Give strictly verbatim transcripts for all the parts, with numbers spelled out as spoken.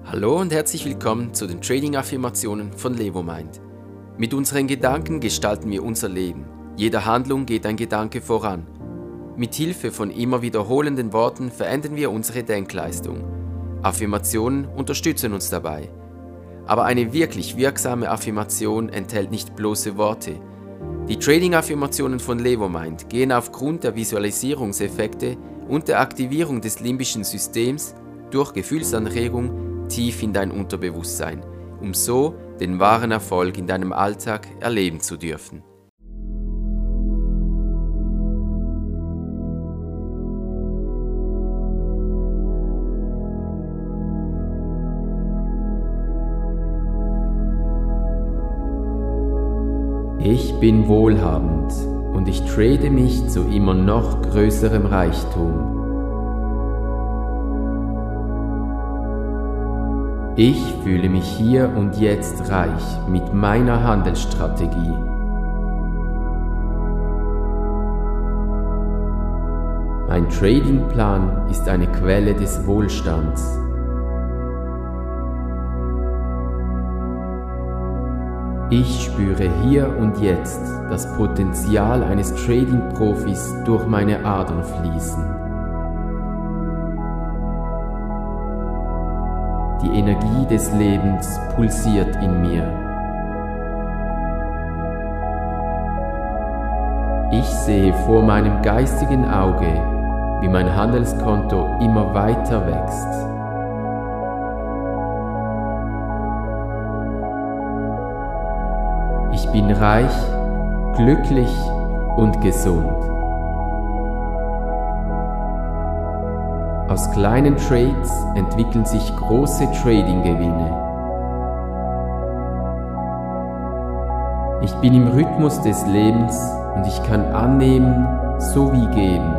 Hallo und herzlich willkommen zu den Trading-Affirmationen von Levomind. Mit unseren Gedanken gestalten wir unser Leben. Jeder Handlung geht ein Gedanke voran. Mit Hilfe von immer wiederholenden Worten verändern wir unsere Denkleistung. Affirmationen unterstützen uns dabei. Aber eine wirklich wirksame Affirmation enthält nicht bloße Worte. Die Trading-Affirmationen von Levomind gehen aufgrund der Visualisierungseffekte und der Aktivierung des limbischen Systems durch Gefühlsanregung tief in dein Unterbewusstsein, um so den wahren Erfolg in deinem Alltag erleben zu dürfen. Ich bin wohlhabend und ich trade mich zu immer noch größerem Reichtum. Ich fühle mich hier und jetzt reich mit meiner Handelsstrategie. Mein Tradingplan ist eine Quelle des Wohlstands. Ich spüre hier und jetzt das Potenzial eines Trading-Profis durch meine Adern fließen. Die Energie des Lebens pulsiert in mir. Ich sehe vor meinem geistigen Auge, wie mein Handelskonto immer weiter wächst. Ich bin reich, glücklich und gesund. Aus kleinen Trades entwickeln sich große Trading-Gewinne. Ich bin im Rhythmus des Lebens und ich kann annehmen sowie geben.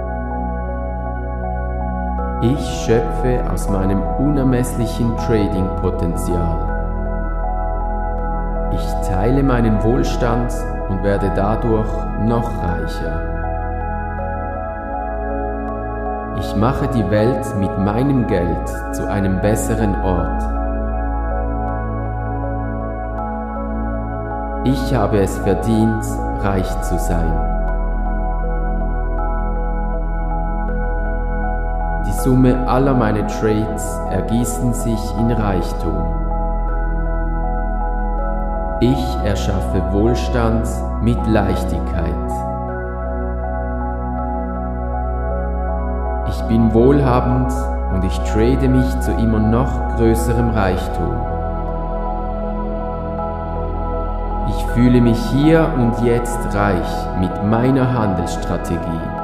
Ich schöpfe aus meinem unermesslichen Trading-Potenzial. Ich teile meinen Wohlstand und werde dadurch noch reicher. Ich mache die Welt mit meinem Geld zu einem besseren Ort. Ich habe es verdient, reich zu sein. Die Summe aller meiner Trades ergießen sich in Reichtum. Ich erschaffe Wohlstand mit Leichtigkeit. Ich bin wohlhabend und ich trade mich zu immer noch größerem Reichtum. Ich fühle mich hier und jetzt reich mit meiner Handelsstrategie.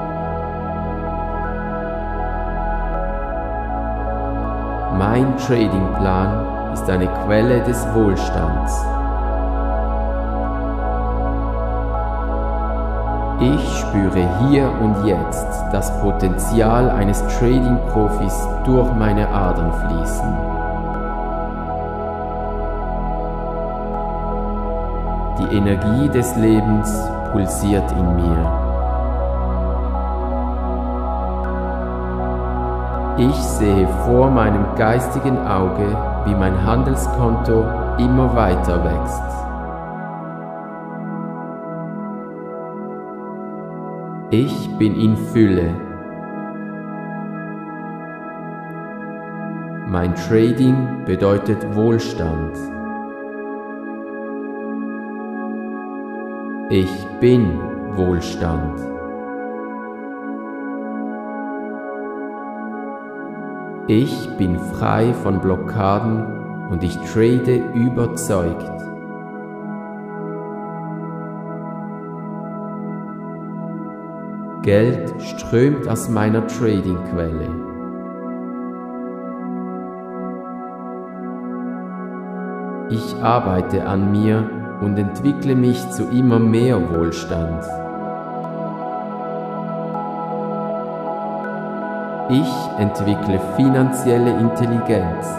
Mein Tradingplan ist eine Quelle des Wohlstands. Ich spüre hier und jetzt das Potenzial eines Trading-Profis durch meine Adern fließen. Die Energie des Lebens pulsiert in mir. Ich sehe vor meinem geistigen Auge, wie mein Handelskonto immer weiter wächst. Ich bin in Fülle. Mein Trading bedeutet Wohlstand. Ich bin Wohlstand. Ich bin frei von Blockaden und ich trade überzeugt. Geld strömt aus meiner Trading-Quelle. Ich arbeite an mir und entwickle mich zu immer mehr Wohlstand. Ich entwickle finanzielle Intelligenz.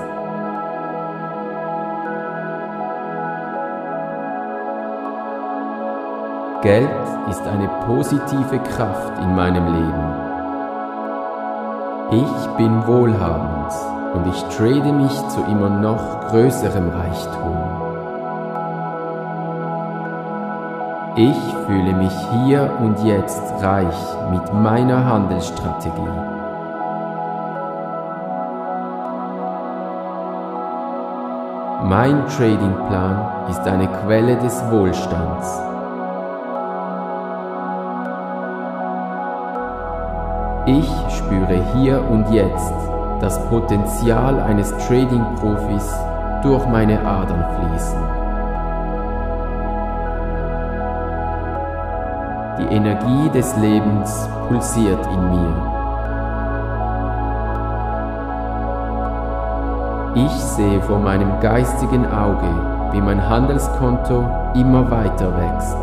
Geld ist eine positive Kraft in meinem Leben. Ich bin wohlhabend und ich trade mich zu immer noch größerem Reichtum. Ich fühle mich hier und jetzt reich mit meiner Handelsstrategie. Mein Tradingplan ist eine Quelle des Wohlstands. Ich spüre hier und jetzt das Potenzial eines Trading-Profis durch meine Adern fließen. Die Energie des Lebens pulsiert in mir. Ich sehe vor meinem geistigen Auge, wie mein Handelskonto immer weiter wächst.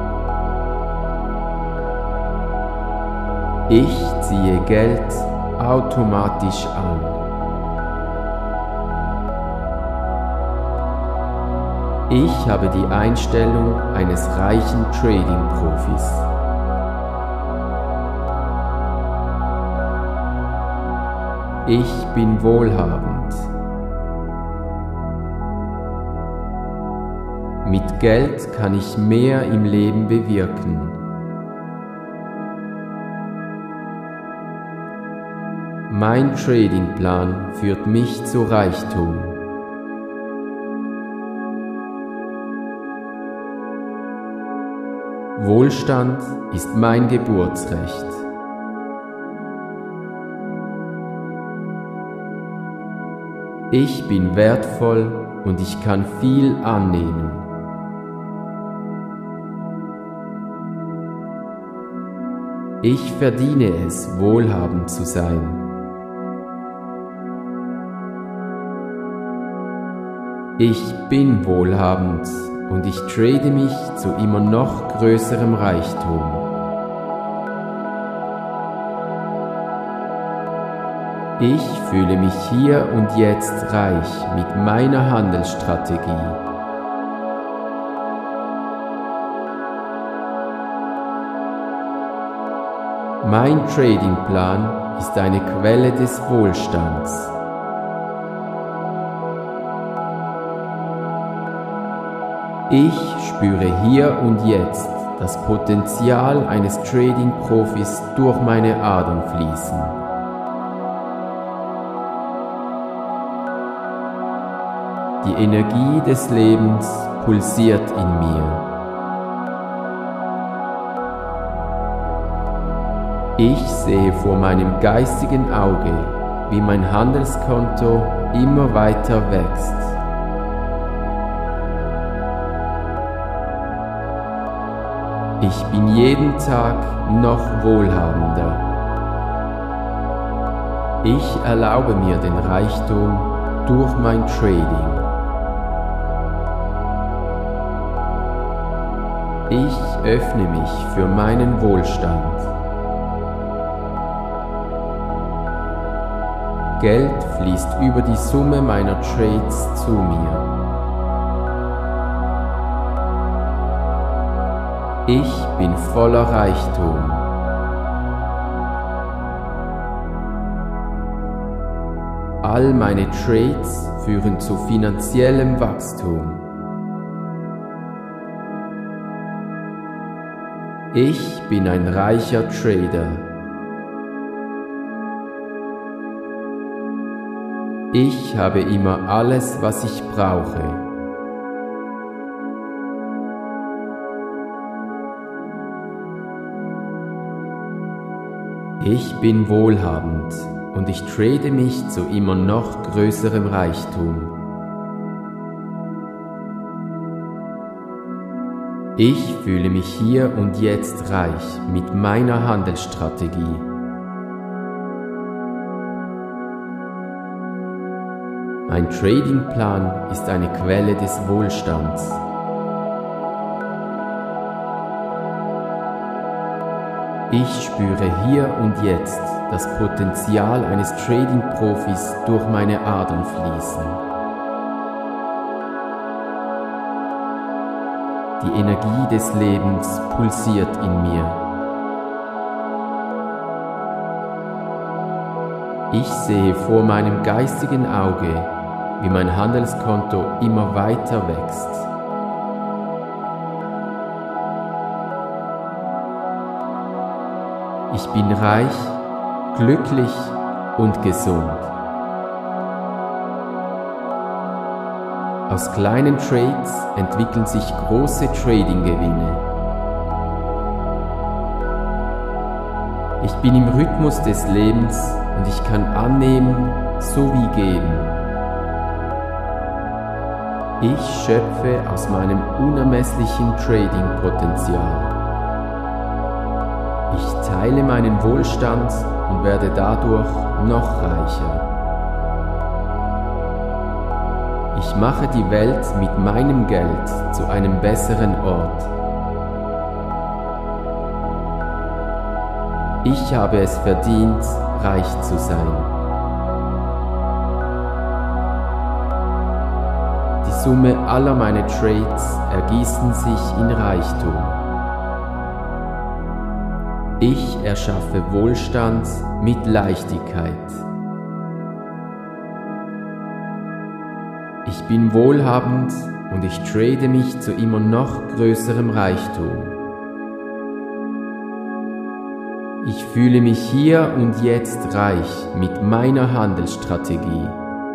Ich ziehe Geld automatisch an. Ich habe die Einstellung eines reichen Trading-Profis. Ich bin wohlhabend. Mit Geld kann ich mehr im Leben bewirken. Mein Tradingplan führt mich zu Reichtum. Wohlstand ist mein Geburtsrecht. Ich bin wertvoll und ich kann viel annehmen. Ich verdiene es, wohlhabend zu sein. Ich bin wohlhabend und ich trade mich zu immer noch größerem Reichtum. Ich fühle mich hier und jetzt reich mit meiner Handelsstrategie. Mein Tradingplan ist eine Quelle des Wohlstands. Ich spüre hier und jetzt das Potenzial eines Trading-Profis durch meine Adern fließen. Die Energie des Lebens pulsiert in mir. Ich sehe vor meinem geistigen Auge, wie mein Handelskonto immer weiter wächst. Ich bin jeden Tag noch wohlhabender. Ich erlaube mir den Reichtum durch mein Trading. Ich öffne mich für meinen Wohlstand. Geld fließt über die Summe meiner Trades zu mir. Ich bin voller Reichtum. All meine Trades führen zu finanziellem Wachstum. Ich bin ein reicher Trader. Ich habe immer alles, was ich brauche. Ich bin wohlhabend und ich trade mich zu immer noch größerem Reichtum. Ich fühle mich hier und jetzt reich mit meiner Handelsstrategie. Mein Tradingplan ist eine Quelle des Wohlstands. Ich spüre hier und jetzt das Potenzial eines Trading-Profis durch meine Adern fließen. Die Energie des Lebens pulsiert in mir. Ich sehe vor meinem geistigen Auge, wie mein Handelskonto immer weiter wächst. Ich bin reich, glücklich und gesund. Aus kleinen Trades entwickeln sich große Trading-Gewinne. Ich bin im Rhythmus des Lebens und ich kann annehmen sowie geben. Ich schöpfe aus meinem unermesslichen Trading-Potenzial. Ich teile meinen Wohlstand und werde dadurch noch reicher. Ich mache die Welt mit meinem Geld zu einem besseren Ort. Ich habe es verdient, reich zu sein. Die Summe aller meiner Trades ergießen sich in Reichtum. Ich erschaffe Wohlstand mit Leichtigkeit. Ich bin wohlhabend und ich trade mich zu immer noch größerem Reichtum. Ich fühle mich hier und jetzt reich mit meiner Handelsstrategie.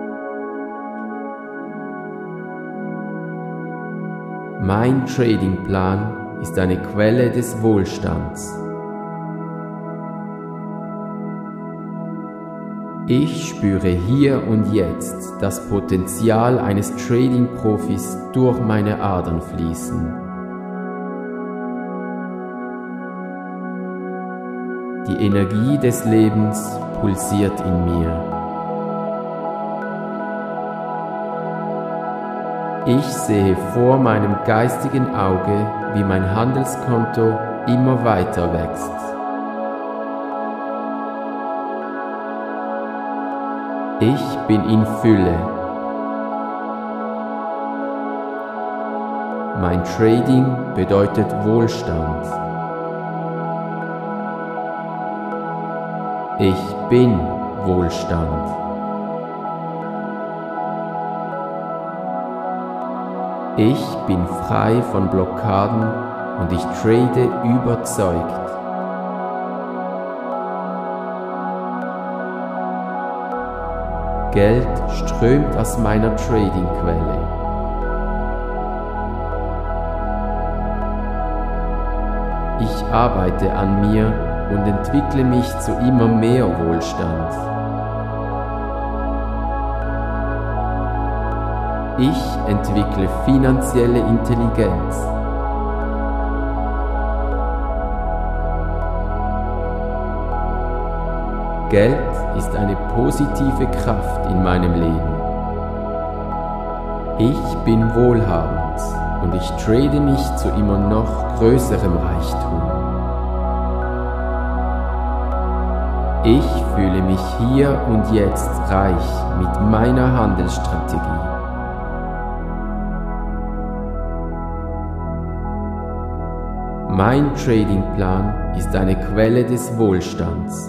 Mein Tradingplan ist eine Quelle des Wohlstands. Ich spüre hier und jetzt das Potenzial eines Trading-Profis durch meine Adern fließen. Die Energie des Lebens pulsiert in mir. Ich sehe vor meinem geistigen Auge, wie mein Handelskonto immer weiter wächst. Ich bin in Fülle. Mein Trading bedeutet Wohlstand. Ich bin Wohlstand. Ich bin frei von Blockaden und ich trade überzeugt. Geld strömt aus meiner Trading-Quelle. Ich arbeite an mir und entwickle mich zu immer mehr Wohlstand. Ich entwickle finanzielle Intelligenz. Geld ist eine positive Kraft in meinem Leben. Ich bin wohlhabend und ich trade mich zu immer noch größerem Reichtum. Ich fühle mich hier und jetzt reich mit meiner Handelsstrategie. Mein Tradingplan ist eine Quelle des Wohlstands.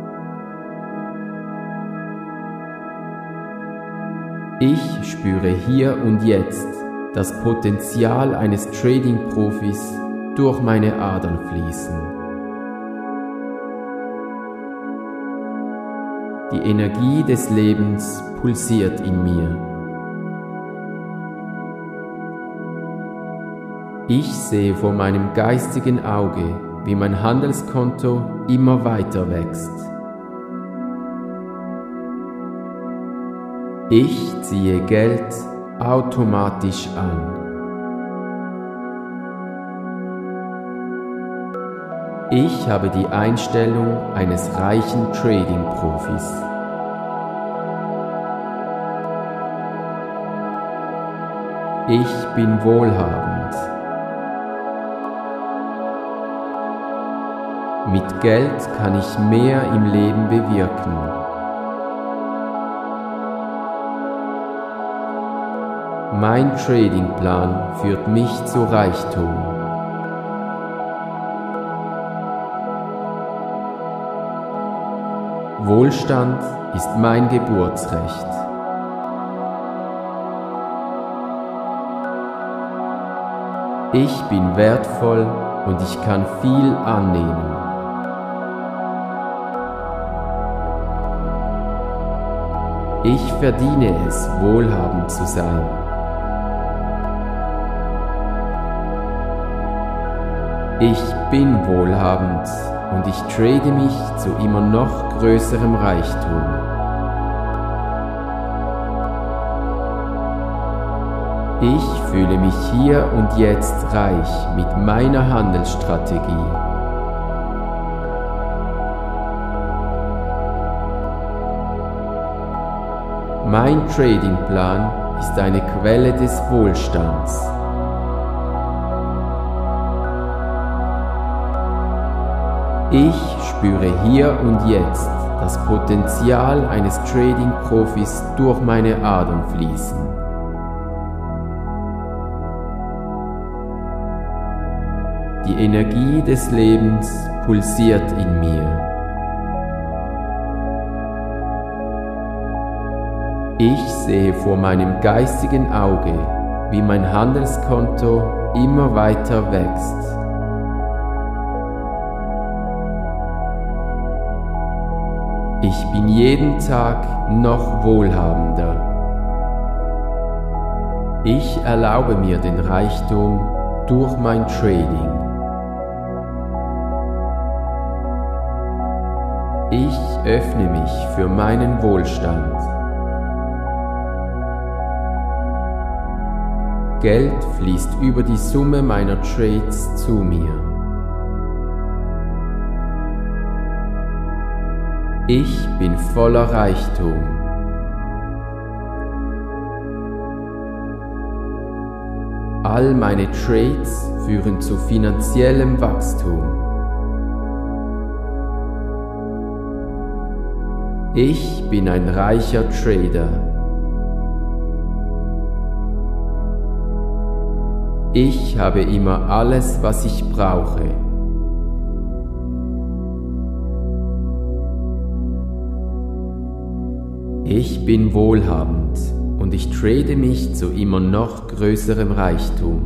Ich spüre hier und jetzt das Potenzial eines Trading-Profis durch meine Adern fließen. Die Energie des Lebens pulsiert in mir. Ich sehe vor meinem geistigen Auge, wie mein Handelskonto immer weiter wächst. Ich ziehe Geld automatisch an. Ich habe die Einstellung eines reichen Trading-Profis. Ich bin wohlhabend. Mit Geld kann ich mehr im Leben bewirken. Mein Tradingplan führt mich zu Reichtum. Wohlstand ist mein Geburtsrecht. Ich bin wertvoll und ich kann viel annehmen. Ich verdiene es, wohlhabend zu sein. Ich bin wohlhabend und ich trade mich zu immer noch größerem Reichtum. Ich fühle mich hier und jetzt reich mit meiner Handelsstrategie. Mein Tradingplan ist eine Quelle des Wohlstands. Ich spüre hier und jetzt das Potenzial eines Trading-Profis durch meine Adern fließen. Die Energie des Lebens pulsiert in mir. Ich sehe vor meinem geistigen Auge, wie mein Handelskonto immer weiter wächst. Ich bin jeden Tag noch wohlhabender. Ich erlaube mir den Reichtum durch mein Trading. Ich öffne mich für meinen Wohlstand. Geld fließt über die Summe meiner Trades zu mir. Ich bin voller Reichtum. All meine Trades führen zu finanziellem Wachstum. Ich bin ein reicher Trader. Ich habe immer alles, was ich brauche. Ich bin wohlhabend und ich trade mich zu immer noch größerem Reichtum.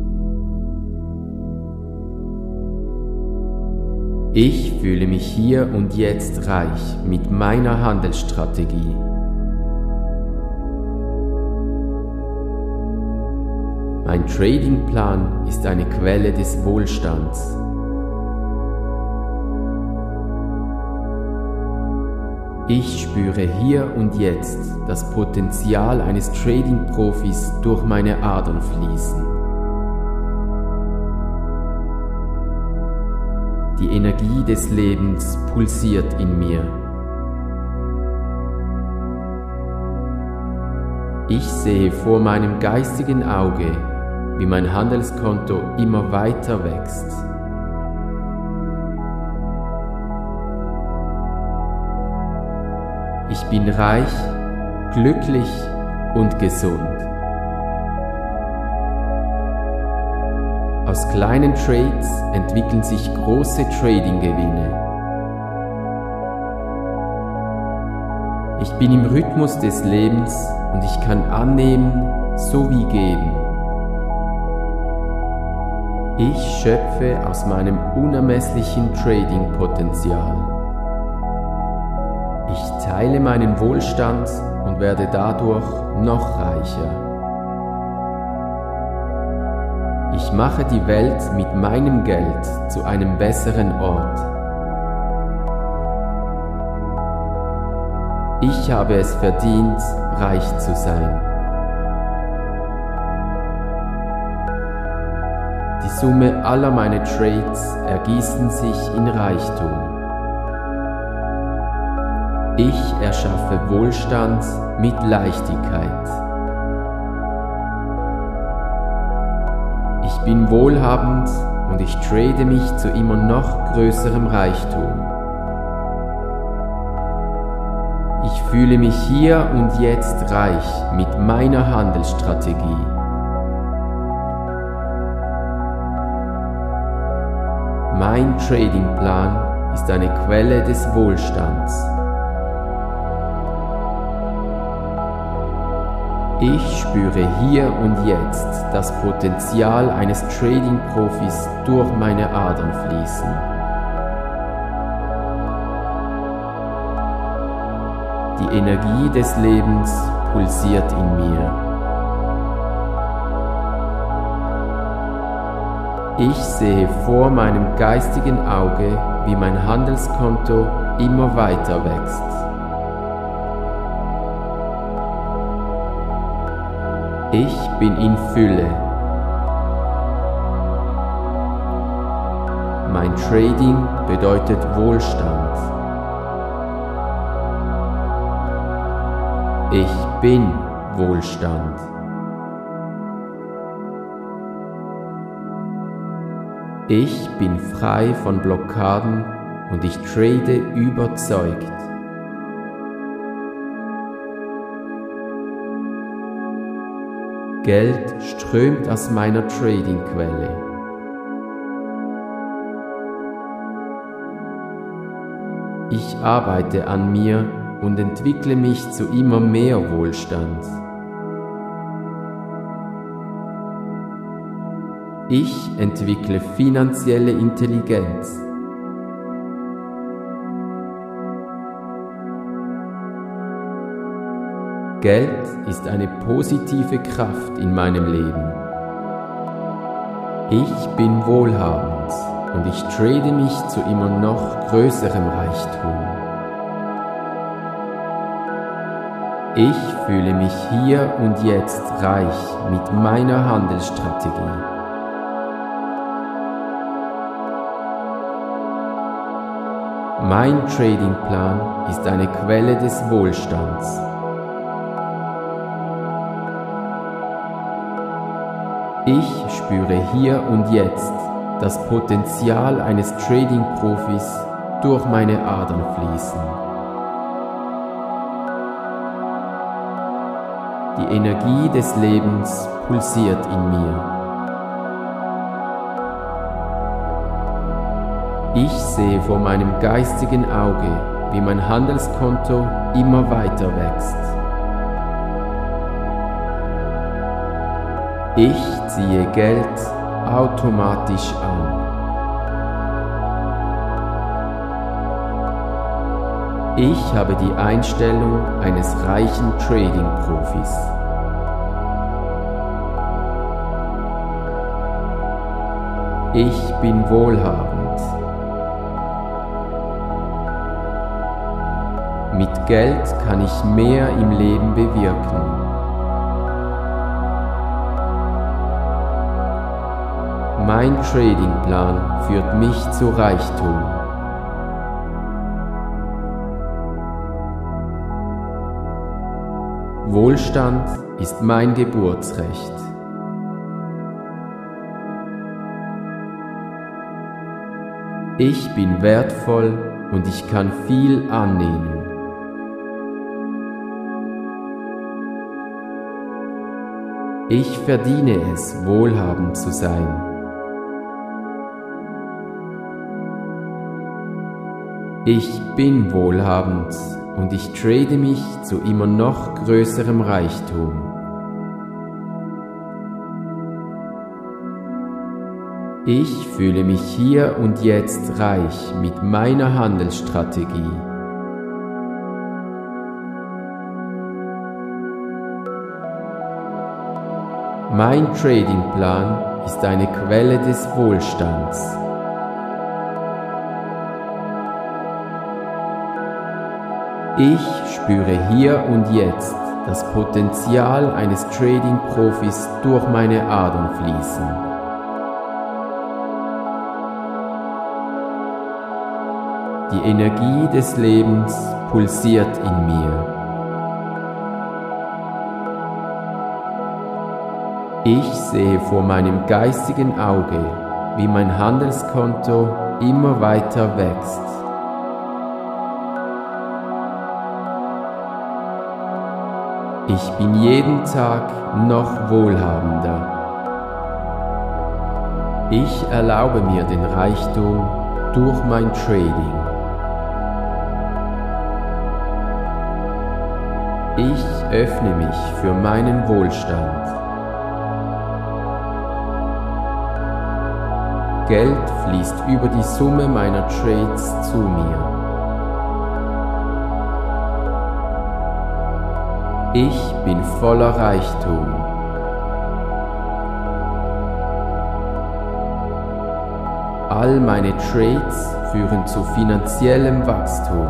Ich fühle mich hier und jetzt reich mit meiner Handelsstrategie. Mein Tradingplan ist eine Quelle des Wohlstands. Ich spüre hier und jetzt das Potenzial eines Trading-Profis durch meine Adern fließen. Die Energie des Lebens pulsiert in mir. Ich sehe vor meinem geistigen Auge, wie mein Handelskonto immer weiter wächst. Ich bin reich, glücklich und gesund. Aus kleinen Trades entwickeln sich große Trading-Gewinne. Ich bin im Rhythmus des Lebens und ich kann annehmen sowie geben. Ich schöpfe aus meinem unermesslichen Trading-Potenzial. Ich teile meinen Wohlstand und werde dadurch noch reicher. Ich mache die Welt mit meinem Geld zu einem besseren Ort. Ich habe es verdient, reich zu sein. Die Summe aller meiner Trades ergießen sich in Reichtum. Ich erschaffe Wohlstand mit Leichtigkeit. Ich bin wohlhabend und ich trade mich zu immer noch größerem Reichtum. Ich fühle mich hier und jetzt reich mit meiner Handelsstrategie. Mein Tradingplan ist eine Quelle des Wohlstands. Ich spüre hier und jetzt das Potenzial eines Trading-Profis durch meine Adern fließen. Die Energie des Lebens pulsiert in mir. Ich sehe vor meinem geistigen Auge, wie mein Handelskonto immer weiter wächst. Ich bin in Fülle. Mein Trading bedeutet Wohlstand. Ich bin Wohlstand. Ich bin frei von Blockaden und ich trade überzeugt. Geld strömt aus meiner Tradingquelle. Ich arbeite an mir und entwickle mich zu immer mehr Wohlstand. Ich entwickle finanzielle Intelligenz. Geld ist eine positive Kraft in meinem Leben. Ich bin wohlhabend und ich trade mich zu immer noch größerem Reichtum. Ich fühle mich hier und jetzt reich mit meiner Handelsstrategie. Mein Tradingplan ist eine Quelle des Wohlstands. Ich spüre hier und jetzt das Potenzial eines Trading-Profis durch meine Adern fließen. Die Energie des Lebens pulsiert in mir. Ich sehe vor meinem geistigen Auge, wie mein Handelskonto immer weiter wächst. Ich ziehe Geld automatisch an. Ich habe die Einstellung eines reichen Trading-Profis. Ich bin wohlhabend. Mit Geld kann ich mehr im Leben bewirken. Mein Tradingplan führt mich zu Reichtum. Wohlstand ist mein Geburtsrecht. Ich bin wertvoll und ich kann viel annehmen. Ich verdiene es, wohlhabend zu sein. Ich bin wohlhabend und ich trade mich zu immer noch größerem Reichtum. Ich fühle mich hier und jetzt reich mit meiner Handelsstrategie. Mein Tradingplan ist eine Quelle des Wohlstands. Ich spüre hier und jetzt das Potenzial eines Trading-Profis durch meine Adern fließen. Die Energie des Lebens pulsiert in mir. Ich sehe vor meinem geistigen Auge, wie mein Handelskonto immer weiter wächst. Ich bin jeden Tag noch wohlhabender. Ich erlaube mir den Reichtum durch mein Trading. Ich öffne mich für meinen Wohlstand. Geld fließt über die Summe meiner Trades zu mir. Ich bin voller Reichtum. All meine Trades führen zu finanziellem Wachstum.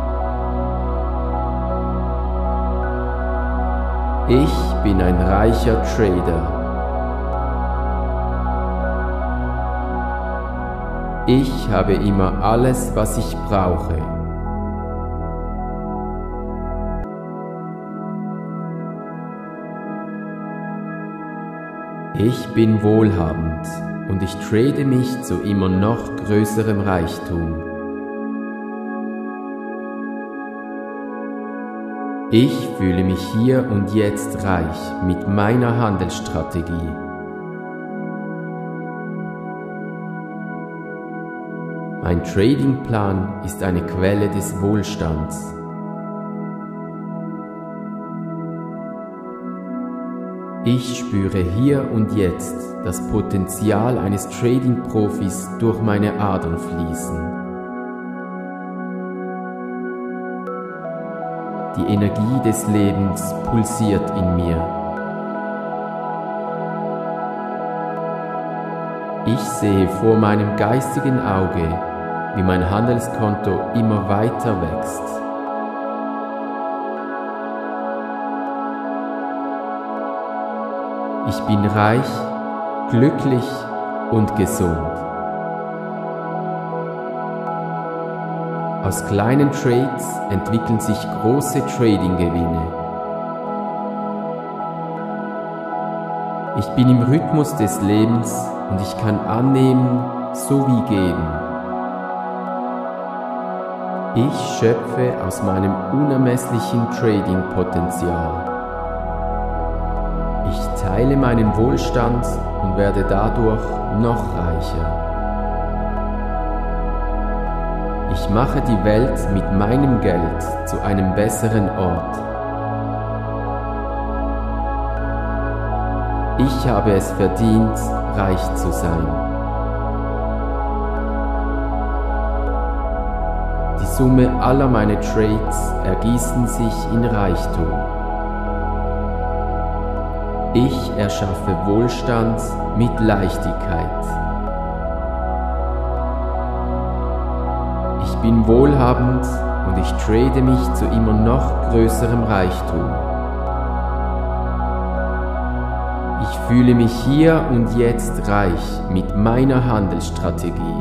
Ich bin ein reicher Trader. Ich habe immer alles, was ich brauche. Ich bin wohlhabend und ich trade mich zu immer noch größerem Reichtum. Ich fühle mich hier und jetzt reich mit meiner Handelsstrategie. Mein Tradingplan ist eine Quelle des Wohlstands. Ich spüre hier und jetzt das Potenzial eines Trading-Profis durch meine Adern fließen. Die Energie des Lebens pulsiert in mir. Ich sehe vor meinem geistigen Auge, wie mein Handelskonto immer weiter wächst. Ich bin reich, glücklich und gesund. Aus kleinen Trades entwickeln sich große Trading-Gewinne. Ich bin im Rhythmus des Lebens und ich kann annehmen sowie geben. Ich schöpfe aus meinem unermesslichen Trading-Potenzial. Ich teile meinen Wohlstand und werde dadurch noch reicher. Ich mache die Welt mit meinem Geld zu einem besseren Ort. Ich habe es verdient, reich zu sein. Die Summe aller meiner Trades ergießen sich in Reichtum. Ich erschaffe Wohlstand mit Leichtigkeit. Ich bin wohlhabend und ich trade mich zu immer noch größerem Reichtum. Ich fühle mich hier und jetzt reich mit meiner Handelsstrategie.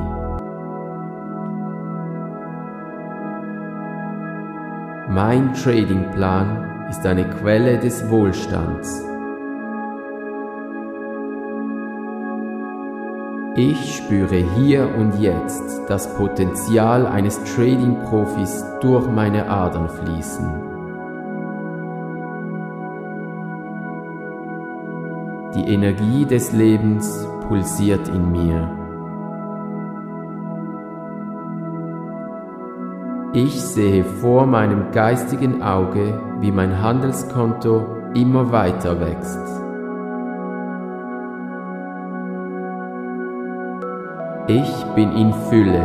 Mein Tradingplan ist eine Quelle des Wohlstands. Ich spüre hier und jetzt das Potenzial eines Trading-Profis durch meine Adern fließen. Die Energie des Lebens pulsiert in mir. Ich sehe vor meinem geistigen Auge, wie mein Handelskonto immer weiter wächst. Ich bin in Fülle.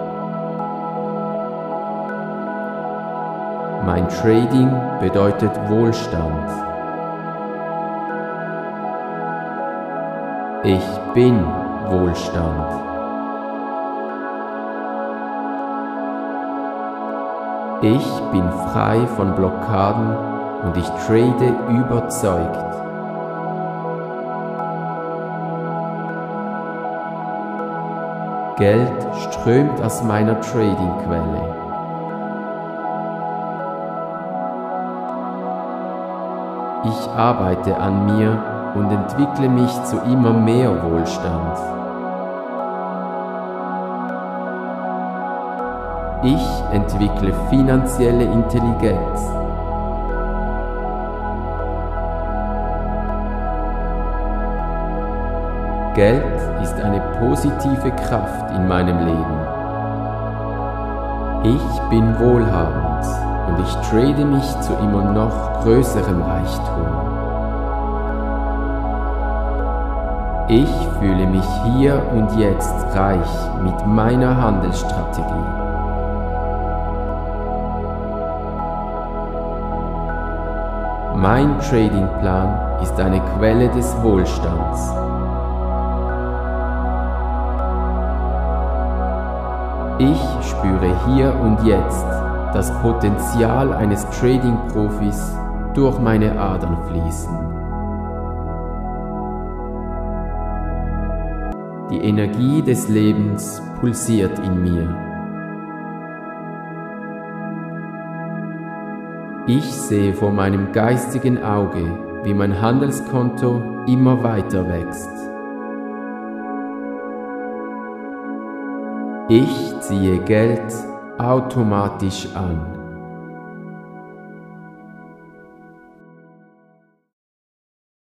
Mein Trading bedeutet Wohlstand. Ich bin Wohlstand. Ich bin frei von Blockaden und ich trade überzeugt. Geld strömt aus meiner Trading-Quelle. Ich arbeite an mir und entwickle mich zu immer mehr Wohlstand. Ich entwickle finanzielle Intelligenz. Geld ist eine positive Kraft in meinem Leben. Ich bin wohlhabend. und ich trade mich zu immer noch größerem Reichtum. Ich fühle mich hier und jetzt reich mit meiner Handelsstrategie. Mein Tradingplan ist eine Quelle des Wohlstands. Ich spüre hier und jetzt das Potenzial eines Trading-Profis durch meine Adern fließen. Die Energie des Lebens pulsiert in mir. Ich sehe vor meinem geistigen Auge, wie mein Handelskonto immer weiter wächst. Ich ziehe Geld automatisch an.